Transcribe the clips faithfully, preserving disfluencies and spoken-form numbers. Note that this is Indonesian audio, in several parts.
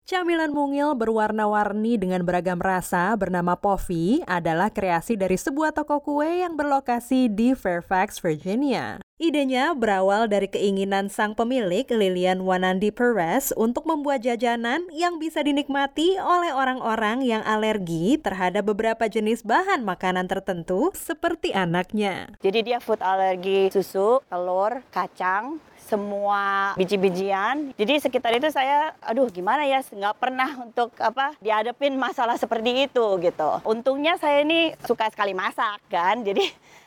Camilan mungil berwarna-warni dengan beragam rasa bernama Poffy adalah kreasi dari sebuah toko kue yang berlokasi di Fairfax, Virginia. Idenya berawal dari keinginan sang pemilik, Lilian Wanandi Perez, untuk membuat jajanan yang bisa dinikmati oleh orang-orang yang alergi terhadap beberapa jenis bahan makanan tertentu seperti anaknya. Jadi dia food alergi susu, telur, kacang, semua biji-bijian. Jadi sekitar itu saya, aduh gimana ya, nggak pernah untuk apa dihadapin masalah seperti itu gitu. Untungnya saya ini suka sekali masak kan, jadi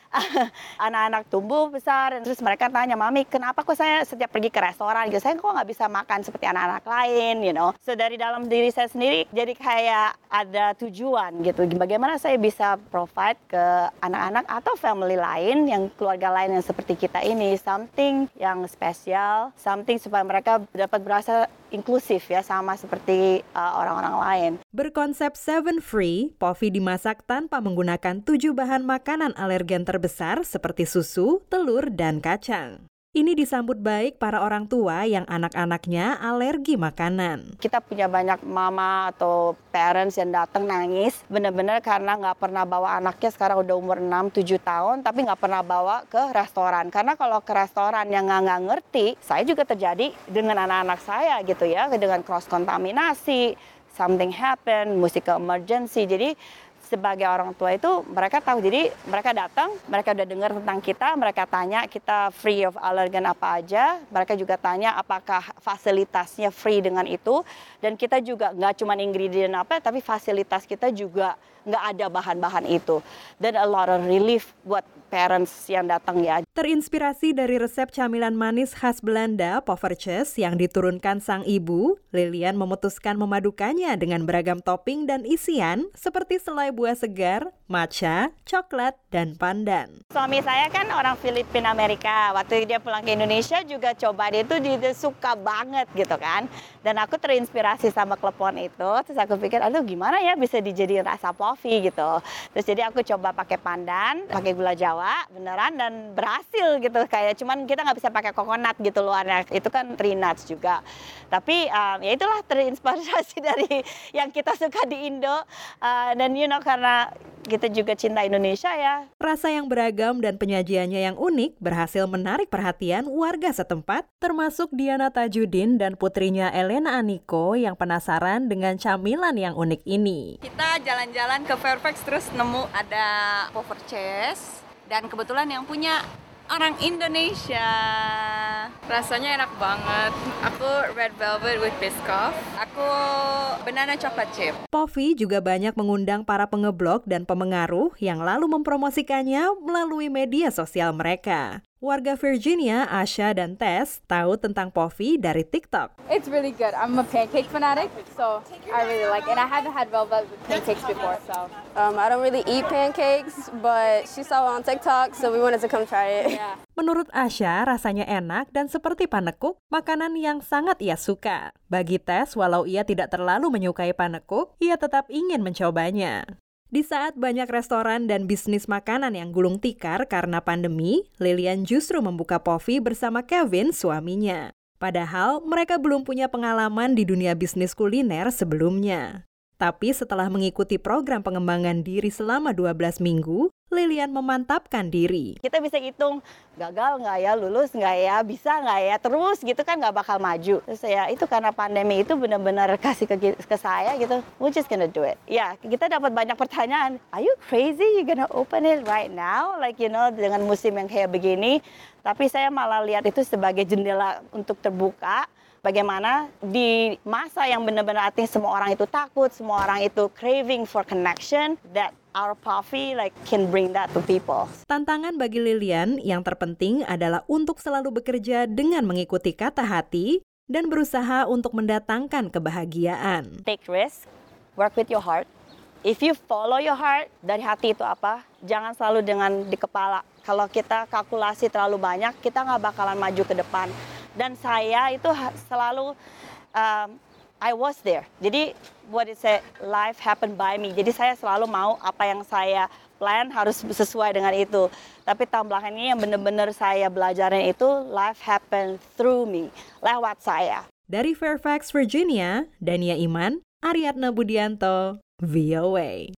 anak-anak tumbuh besar, terus mereka tanya, Mami, kenapa kok saya setiap pergi ke restoran gitu, saya kok nggak bisa makan seperti anak-anak lain, you know. So dari dalam diri saya sendiri, jadi kayak ada tujuan gitu, bagaimana saya bisa provide ke anak-anak atau family lain, yang keluarga lain yang seperti kita ini, something yang spesial, something supaya mereka dapat berasa inklusif ya, sama seperti uh, orang-orang lain. Berkonsep seven free, Poffy dimasak tanpa menggunakan tujuh bahan makanan alergen terbesar seperti susu, telur, dan kacang. Ini disambut baik para orang tua yang anak-anaknya alergi makanan. Kita punya banyak mama atau parents yang datang nangis, benar-benar karena nggak pernah bawa anaknya, sekarang udah umur enam tujuh tahun, tapi nggak pernah bawa ke restoran. Karena kalau ke restoran yang nggak ngerti, saya juga terjadi dengan anak-anak saya gitu ya, dengan cross-kontaminasi, something happen, mesti ke emergency. Jadi sebagai orang tua itu mereka tahu, jadi mereka datang, mereka udah dengar tentang kita, mereka tanya kita free of allergen apa aja, mereka juga tanya apakah fasilitasnya free dengan itu, dan kita juga nggak cuma ingredient apa, tapi fasilitas kita juga nggak ada bahan-bahan itu, dan a lot of relief buat parents yang datang ya. Terinspirasi dari resep camilan manis khas Belanda, poffertjes, yang diturunkan sang ibu, Lilian memutuskan memadukannya dengan beragam topping dan isian seperti selai buah segar, matcha, coklat, dan pandan. Suami saya kan orang Filipina Amerika. Waktu dia pulang ke Indonesia juga coba, dia itu dia suka banget gitu kan. Dan aku terinspirasi sama klepon itu. Terus aku pikir, aduh gimana ya bisa dijadiin rasa Poffy gitu. Terus jadi aku coba pakai pandan, pakai gula Jawa, beneran, dan berhasil gitu. Kayak cuman kita nggak bisa pakai coconut gitu luarnya. Itu kan tree nuts juga. Tapi um, ya itulah terinspirasi dari yang kita suka di Indo. Uh, dan you know, karena kita juga cinta Indonesia ya. Rasa yang beragam dan penyajiannya yang unik berhasil menarik perhatian warga setempat, termasuk Diana Tajudin dan putrinya Elena Aniko yang penasaran dengan camilan yang unik ini. Kita jalan-jalan ke Fairfax terus nemu ada poffertjes, dan kebetulan yang punya orang Indonesia. Rasanya enak banget. Aku red velvet with Biscoff. Aku banana chocolate chip. Poffy juga banyak mengundang para pengeblog dan pemengaruh yang lalu mempromosikannya melalui media sosial mereka. Warga Virginia, Asha dan Tess, tahu tentang Poffy dari TikTok. It's really good. I'm a pancake fanatic, so I really like it. And I haven't had velvet with pancakes before, so. Um, I don't really eat pancakes, but she saw it on TikTok, so we wanted to come try it. Yeah. Menurut Asha, rasanya enak dan seperti panekuk, makanan yang sangat ia suka. Bagi Tess, walau ia tidak terlalu menyukai panekuk, ia tetap ingin mencobanya. Di saat banyak restoran dan bisnis makanan yang gulung tikar karena pandemi, Lilian justru membuka Poffy bersama Kevin, suaminya. Padahal mereka belum punya pengalaman di dunia bisnis kuliner sebelumnya. Tapi setelah mengikuti program pengembangan diri selama dua belas minggu, Lilian memantapkan diri. Kita bisa hitung, gagal nggak ya, lulus nggak ya, bisa nggak ya, terus gitu kan nggak bakal maju. Terus ya itu karena pandemi itu benar-benar kasih ke, ke saya gitu, we're just gonna do it. Ya, kita dapat banyak pertanyaan, are you crazy, you gonna open it right now? Like you know, dengan musim yang kayak begini. Tapi saya malah lihat itu sebagai jendela untuk terbuka. Bagaimana di masa yang benar-benar artinya semua orang itu takut, semua orang itu craving for connection, that our Poffy like can bring that to people. Tantangan bagi Lilian yang terpenting adalah untuk selalu bekerja dengan mengikuti kata hati dan berusaha untuk mendatangkan kebahagiaan. Take risk, work with your heart. If you follow your heart, dari hati itu apa? Jangan selalu dengan di kepala. Kalau kita kalkulasi terlalu banyak, kita nggak bakalan maju ke depan. Dan saya itu selalu, um, I was there. Jadi, what is it? Life happened by me. Jadi saya selalu mau apa yang saya plan harus sesuai dengan itu. Tapi tahun belakang ini yang benar-benar saya belajarin itu, life happened through me, lewat saya. Dari Fairfax, Virginia, Dania Iman, Ariadna Budianto, V O A.